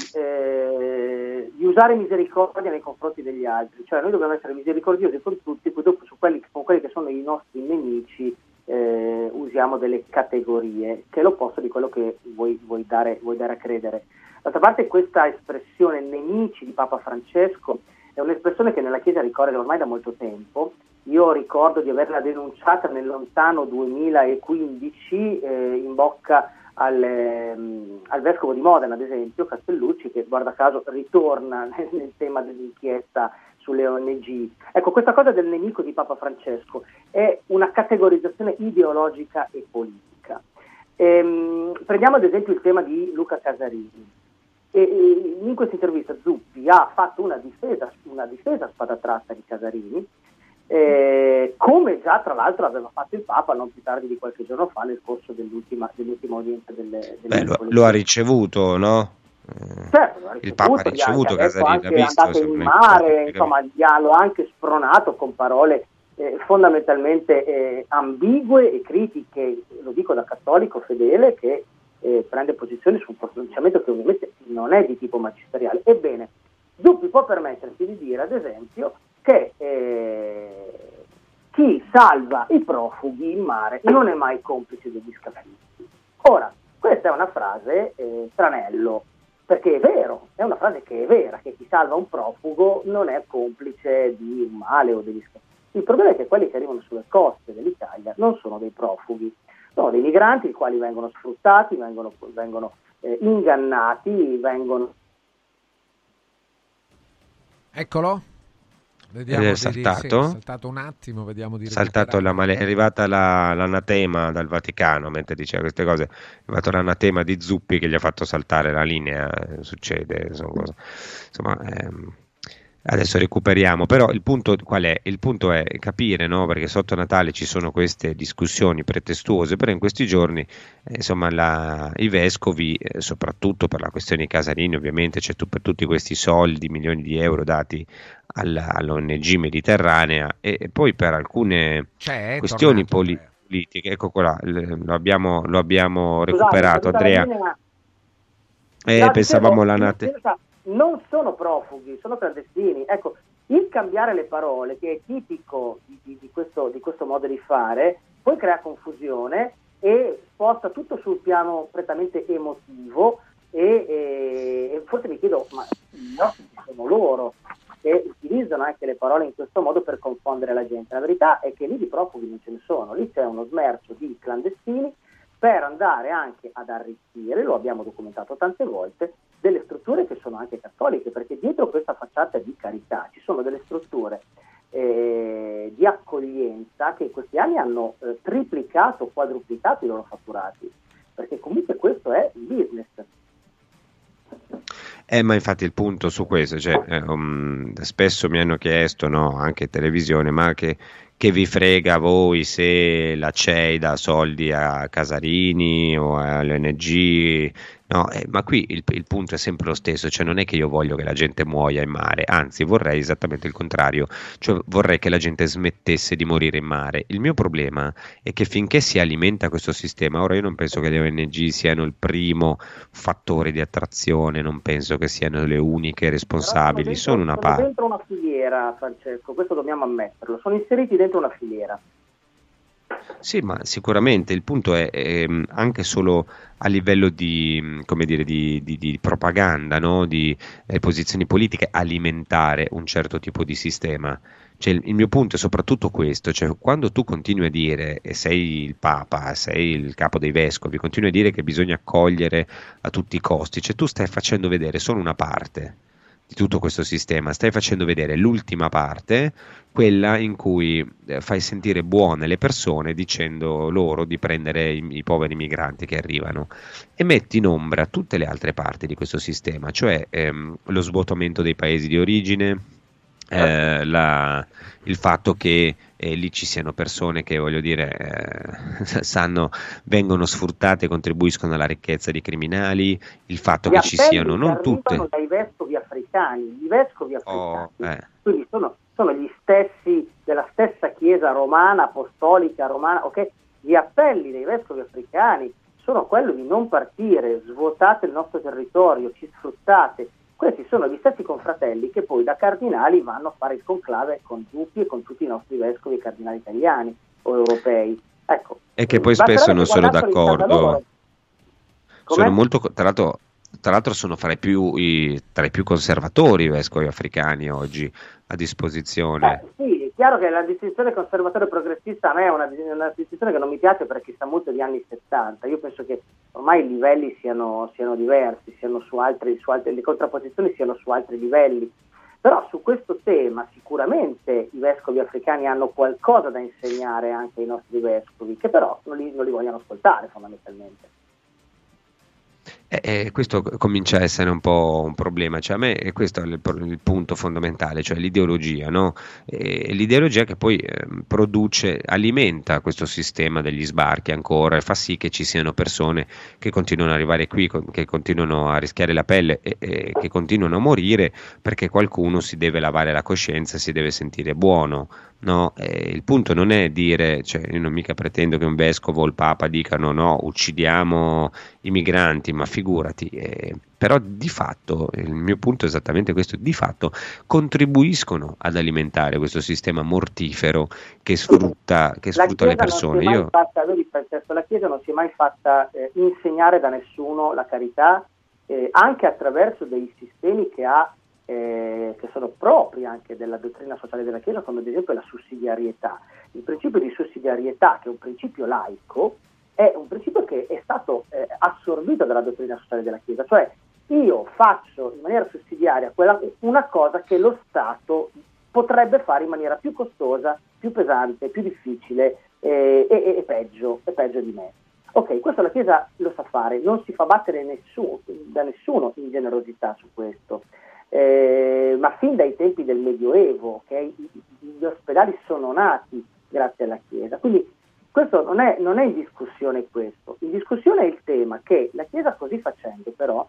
eh, di usare misericordia nei confronti degli altri, cioè noi dobbiamo essere misericordiosi con tutti, poi dopo su quelli, con quelli che sono i nostri nemici eh, usiamo delle categorie, che è l'opposto di quello che vuoi, vuoi, dare, vuoi dare a credere. D'altra parte questa espressione nemici di Papa Francesco è un'espressione che nella Chiesa ricorre ormai da molto tempo, io ricordo di averla denunciata nel lontano duemilaquindici eh, in bocca al, ehm, al vescovo di Modena, ad esempio, Castellucci, che guarda caso ritorna nel, nel tema dell'inchiesta sulle O N G. Ecco, questa cosa del nemico di Papa Francesco è una categorizzazione ideologica e politica. Ehm, prendiamo ad esempio il tema di Luca Casarini. E, e in questa intervista Zuppi ha fatto una difesa, una difesa a spada tratta di Casarini, eh, come già tra l'altro aveva fatto il Papa non più tardi di qualche giorno fa nel corso dell'ultima, dell'ultima udienza delle, delle Beh, lo, lo ha ricevuto, no? Certo, lo ha ricevuto, il Papa ha ricevuto Casarini, ha visto, andato in mare, insomma, gli ha anche spronato con parole eh, fondamentalmente eh, ambigue e critiche, lo dico da cattolico fedele che eh, prende posizione su un pronunciamento che ovviamente non è di tipo magisteriale. Ebbene, Zuppi può permettersi di dire, ad esempio, che eh, chi salva i profughi in mare non è mai complice degli scafisti. Ora, questa è una frase eh, tranello, perché è vero, è una frase che è vera, che chi salva un profugo non è complice di un male o degli scafisti. Il problema è che quelli che arrivano sulle coste dell'Italia non sono dei profughi, sono dei migranti i quali vengono sfruttati, vengono, vengono eh, ingannati, vengono... Eccolo. Vediamo è di, saltato, di, sì, è saltato un attimo, vediamo di saltato la male- è arrivata la, l'anatema dal Vaticano mentre diceva queste cose, è arrivato l'anatema di Zuppi che gli ha fatto saltare la linea, succede, insomma, cosa. insomma ehm, adesso recuperiamo, però il punto qual è? Il punto è capire, no? Perché sotto Natale ci sono queste discussioni pretestuose, però in questi giorni eh, insomma la, i vescovi, eh, soprattutto per la questione Casarini ovviamente, c'è tu, per tutti questi soldi, milioni di euro dati alla, all'O N G mediterranea e, e poi per alcune c'è, questioni poli- politiche, ecco qua, lo abbiamo, lo abbiamo recuperato. Scusate, Andrea, eh, pensavamo la Nate... non sono profughi, sono clandestini. Ecco, il cambiare le parole, che è tipico di, di, di, questo, di questo modo di fare, poi crea confusione e sposta tutto sul piano prettamente emotivo e, e, e forse mi chiedo, ma no, sono loro che utilizzano anche le parole in questo modo per confondere la gente. La verità è che lì di profughi non ce ne sono, lì c'è uno smercio di clandestini per andare anche ad arricchire, lo abbiamo documentato tante volte, delle strutture che sono anche cattoliche, perché dietro questa facciata di carità ci sono delle strutture eh, di accoglienza che in questi anni hanno eh, triplicato, quadruplicato i loro fatturati, perché comunque questo è il business. Eh, ma infatti il punto su questo, cioè, eh, um, spesso mi hanno chiesto, no, anche in televisione, ma che, che vi frega a voi se la C E I dà soldi a Casarini o all'O N G, no, eh, ma qui il, il punto è sempre lo stesso, cioè non è che io voglio che la gente muoia in mare, anzi vorrei esattamente il contrario, cioè vorrei che la gente smettesse di morire in mare. Il mio problema è che finché si alimenta questo sistema, ora io non penso che le O N G siano il primo fattore di attrazione, non penso che siano le uniche responsabili, sono, dentro, sono una sono parte. dentro una filiera, Francesco, questo dobbiamo ammetterlo, sono inseriti dentro una filiera. Sì, ma sicuramente il punto è ehm, anche solo a livello di, come dire, di, di, di propaganda, no? Di eh, posizioni politiche, alimentare un certo tipo di sistema. Cioè, il, il mio punto è soprattutto questo, cioè quando tu continui a dire, e sei il Papa, sei il capo dei vescovi, continui a dire che bisogna accogliere a tutti i costi, cioè tu stai facendo vedere solo una parte di tutto questo sistema, stai facendo vedere l'ultima parte, quella in cui fai sentire buone le persone dicendo loro di prendere i, i poveri migranti che arrivano e metti in ombra tutte le altre parti di questo sistema, cioè ehm, lo svuotamento dei paesi di origine, eh, la, il fatto che eh, lì ci siano persone che, voglio dire, eh, sanno, vengono sfruttate e contribuiscono alla ricchezza di criminali, il fatto Gli che ci siano non che tutte dai vescovi africani, i vescovi africani, oh, eh. quindi sono, sono gli stessi della stessa chiesa romana, apostolica romana, ok? Gli appelli dei vescovi africani sono quello di non partire, svuotate il nostro territorio, ci sfruttate. Questi sono gli stessi confratelli che poi da cardinali vanno a fare il conclave con Zuppi e con tutti i nostri vescovi e cardinali italiani o europei. Ecco, e che poi spesso non sono d'accordo, sono molto, tra l'altro, tra l'altro sono fra i più, i, tra i più conservatori i vescovi africani oggi a disposizione. Eh, sì, chiaro che la distinzione conservatore progressista a me è una, una distinzione che non mi piace perché sta molto di anni settanta. Io penso che ormai i livelli siano, siano diversi, siano su altri, su altri, le contrapposizioni siano su altri livelli. Però su questo tema sicuramente i vescovi africani hanno qualcosa da insegnare anche ai nostri vescovi, che però non li, non li vogliono ascoltare fondamentalmente. Eh, eh, questo comincia a essere un po' un problema, cioè a me e questo è il, il punto fondamentale, cioè l'ideologia, no? E l'ideologia che poi eh, produce, alimenta questo sistema degli sbarchi ancora e fa sì che ci siano persone che continuano ad arrivare qui, con, che continuano a rischiare la pelle e, e che continuano a morire perché qualcuno si deve lavare la coscienza, si deve sentire buono, no? E il punto non è dire, cioè io non mica pretendo che un vescovo o il papa dicano no, uccidiamo i migranti, ma figurati, eh, però di fatto, il mio punto è esattamente questo, di fatto contribuiscono ad alimentare questo sistema mortifero che sfrutta, che sfrutta le persone. Io... Fatta, vedi, la Chiesa non si è mai fatta eh, insegnare da nessuno la carità, eh, anche attraverso dei sistemi che ha eh, che sono propri anche della dottrina sociale della Chiesa, come ad esempio la sussidiarietà. Il principio di sussidiarietà, che è un principio laico, è un principio che è stato eh, assorbito dalla dottrina sociale della Chiesa, cioè io faccio in maniera sussidiaria quella, una cosa che lo Stato potrebbe fare in maniera più costosa, più pesante, più difficile eh, e, e, peggio, e peggio di me. Ok, questo la Chiesa lo sa fare, non si fa battere nessuno, da nessuno in generosità su questo, eh, ma fin dai tempi del Medioevo, okay, gli ospedali sono nati grazie alla Chiesa, quindi questo non è, non è in discussione questo, in discussione è il tema che la Chiesa così facendo però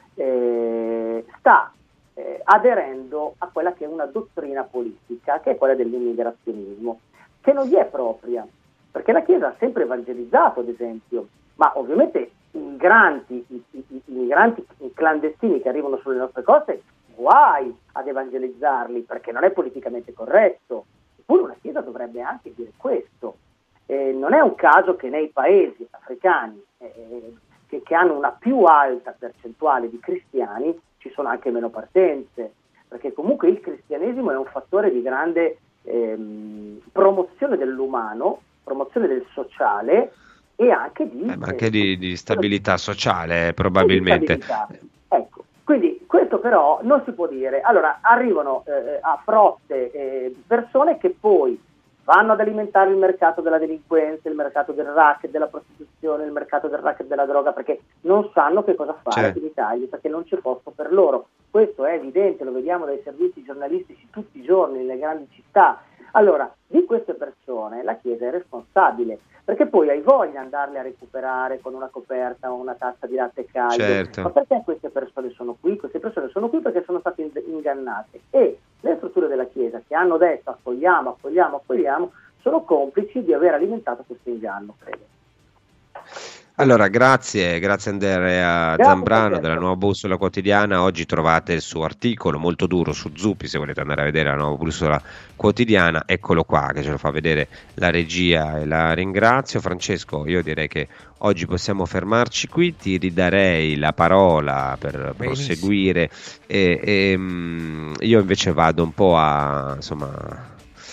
eh, sta eh, aderendo a quella che è una dottrina politica, che è quella dell'immigrazionismo, che non gli è propria, perché la Chiesa ha sempre evangelizzato, ad esempio, ma ovviamente i migranti, i, i, i migranti clandestini che arrivano sulle nostre coste, guai ad evangelizzarli, perché non è politicamente corretto, eppure una Chiesa dovrebbe anche dire questo. Eh, non è un caso che nei paesi africani eh, che, che hanno una più alta percentuale di cristiani ci sono anche meno partenze, perché comunque il cristianesimo è un fattore di grande ehm, promozione dell'umano, promozione del sociale e anche di, eh, ma anche eh, di, di stabilità sociale probabilmente. Ecco, quindi questo però non si può dire. Allora arrivano eh, a frotte eh, persone che poi vanno ad alimentare il mercato della delinquenza, il mercato del racket, della prostituzione, il mercato del racket della droga, perché non sanno che cosa fare certo. in Italia, perché non c'è posto per loro. Questo è evidente, lo vediamo dai servizi giornalistici tutti i giorni nelle grandi città. Allora, di queste persone la Chiesa è responsabile, perché poi hai voglia di andarle a recuperare con una coperta o una tazza di latte caldo. Certo. Ma perché queste persone sono qui? Queste persone sono qui perché sono state ingannate. E le strutture della Chiesa che hanno detto accogliamo, accogliamo, accogliamo, sono complici di aver alimentato questo inganno, credo. Allora, grazie, grazie Andrea grazie Zambrano della Nuova Bussola Quotidiana. Oggi trovate il suo articolo molto duro su Zuppi, se volete andare a vedere la Nuova Bussola Quotidiana, eccolo qua che ce lo fa vedere la regia e la ringrazio. Francesco, io direi che oggi possiamo fermarci qui, ti ridarei la parola per Benissimo. proseguire e, e mh, io invece vado un po' a insomma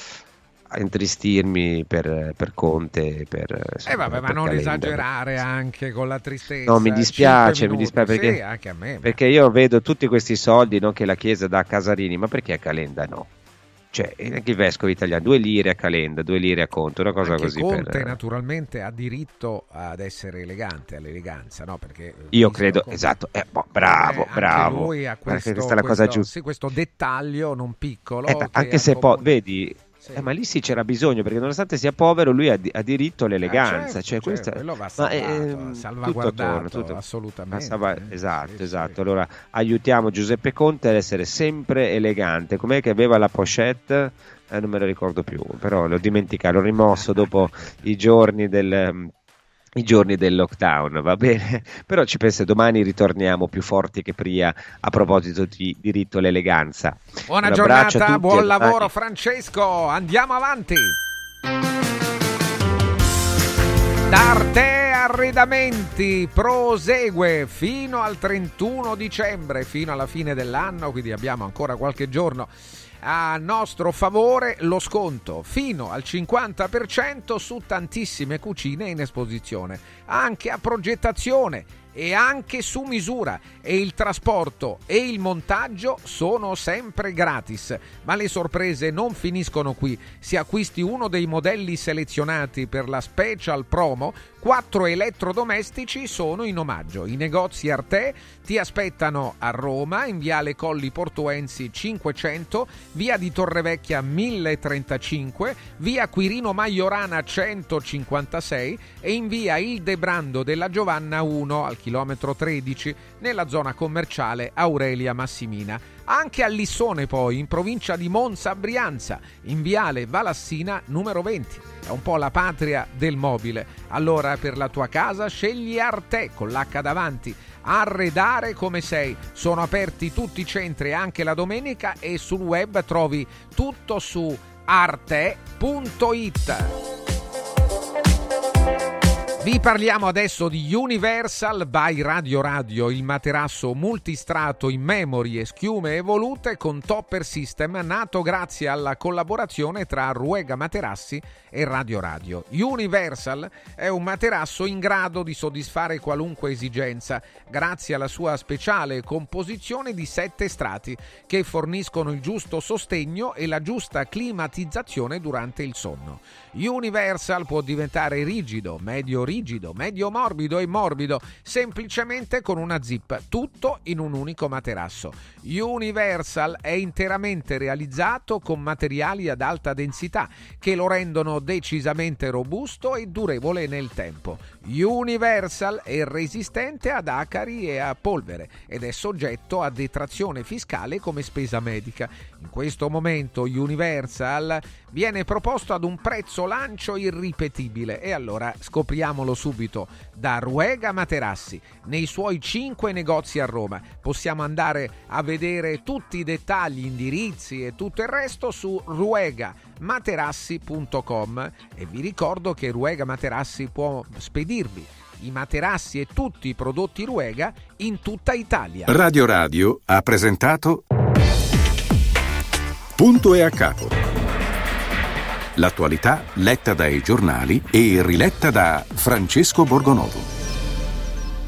a intristirmi per, per Conte per, insomma, eh vabbè, per ma non Calenda. Esagerare anche con la tristezza. No, mi dispiace, mi dispiace perché, sì, anche a me, perché io vedo tutti questi soldi, no, che la Chiesa dà a Casarini, ma perché a Calenda no? Cioè, anche il vescovo italiano, due lire a Calenda, due lire a Conte, una cosa anche così. Conte per... naturalmente ha diritto ad essere elegante, all'eleganza, no? Perché io credo, come... esatto, eh, boh, bravo, eh, bravo. Lui ha questo, questa è la questo, cosa giusta. Sì, questo dettaglio non piccolo. Eh, anche se poi, vedi... Sì. Eh, ma lì sì c'era bisogno, perché nonostante sia povero lui ha, di- ha diritto all'eleganza, eh, certo, cioè, questa... quello va salvato, ma, ehm, salvaguardato tutto attorno, tutto... assolutamente salva... esatto, sì, esatto sì. Allora aiutiamo Giuseppe Conte ad essere sempre elegante. Com'è che aveva la pochette? Eh, non me lo ricordo più, però l'ho dimenticato, l'ho rimosso dopo i giorni del... i giorni del lockdown, va bene? Però ci penso, domani ritorniamo più forti che prima a proposito di diritto all'eleganza. Buona Un giornata, tutti, buon lavoro domani. Francesco, andiamo avanti. D'Arte Arredamenti prosegue fino al trentuno dicembre, fino alla fine dell'anno, quindi abbiamo ancora qualche giorno a nostro favore lo sconto fino al cinquanta per cento su tantissime cucine in esposizione, anche a progettazione e anche su misura, e il trasporto e il montaggio sono sempre gratis. Ma le sorprese non finiscono qui. Se acquisti uno dei modelli selezionati per la special promo, quattro elettrodomestici sono in omaggio. I negozi Arte ti aspettano a Roma, in viale Colli Portuensi cinquecento, via di Torrevecchia mille trentacinque, via Quirino Maiorana centocinquantasei e in via Ildebrando della Giovanna uno al chilometro tredici nella zona commerciale Aurelia Massimina. Anche a Lissone poi, in provincia di Monza Brianza, in viale Valassina numero venti. È un po' la patria del mobile. Allora per la tua casa scegli Arte con l'H davanti. Arredare come sei. Sono aperti tutti i centri anche la domenica e sul web trovi tutto su arte punto it. Vi parliamo adesso di Universal by Radio Radio, il materasso multistrato in memory e schiume evolute con topper system, nato grazie alla collaborazione tra Ruega Materassi e Radio Radio. Universal è un materasso in grado di soddisfare qualunque esigenza grazie alla sua speciale composizione di sette strati che forniscono il giusto sostegno e la giusta climatizzazione durante il sonno. Universal può diventare rigido, medio rigido, medio morbido e morbido, semplicemente con una zip, tutto in un unico materasso. Universal è interamente realizzato con materiali ad alta densità che lo rendono decisamente robusto e durevole nel tempo. Universal è resistente ad acari e a polvere ed è soggetto a detrazione fiscale come spesa medica. In questo momento Universal viene proposto ad un prezzo lancio irripetibile e allora scopriamolo subito da Ruega Materassi nei suoi cinque negozi a Roma. Possiamo andare a vedere tutti i dettagli, indirizzi e tutto il resto su ruega materassi punto com e vi ricordo che Ruega Materassi può spedirvi i materassi e tutti i prodotti Ruega in tutta Italia. Radio Radio ha presentato Punto e a capo. L'attualità letta dai giornali e riletta da Francesco Borgonovo.